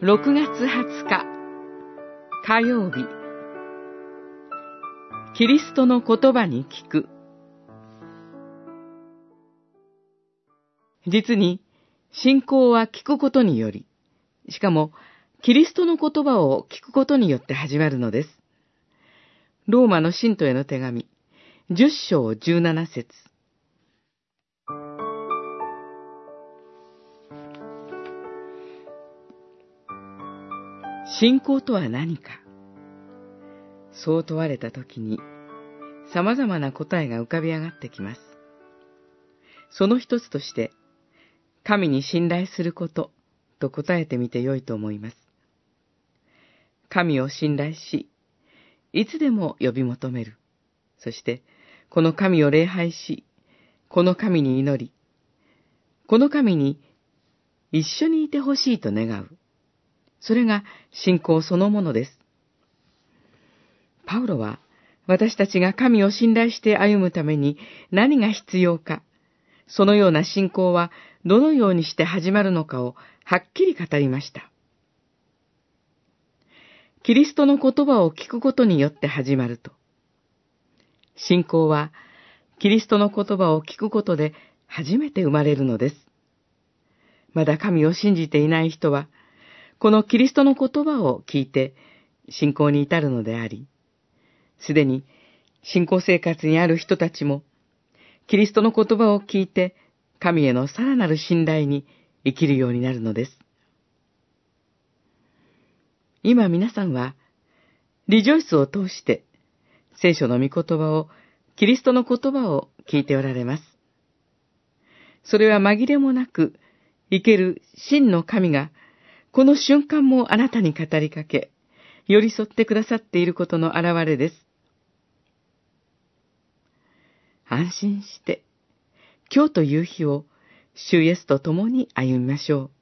6月20日火曜日、キリストの言葉に聞く。実に信仰は聞くことにより、しかもキリストの言葉を聞くことによって始まるのです。ローマの信徒への手紙、10章17節。信仰とは何か、そう問われたときに様々な答えが浮かび上がってきます。その一つとして、神に信頼することと答えてみてよいと思います。神を信頼し、いつでも呼び求める。そして、この神を礼拝し、この神に祈り、この神に一緒にいてほしいと願う。それが信仰そのものです。パウロは、私たちが神を信頼して歩むために何が必要か、そのような信仰はどのようにして始まるのかをはっきり語りました。キリストの言葉を聞くことによって始まると。信仰はキリストの言葉を聞くことで初めて生まれるのです。まだ神を信じていない人は、このキリストの言葉を聞いて信仰に至るのであり、すでに信仰生活にある人たちも、キリストの言葉を聞いて神へのさらなる信頼に生きるようになるのです。今皆さんは、リジョイスを通して聖書の御言葉を、キリストの言葉を聞いておられます。それは紛れもなく、生ける真の神が、この瞬間もあなたに語りかけ、寄り添ってくださっていることの表れです。安心して、今日という日を主イエスと共に歩みましょう。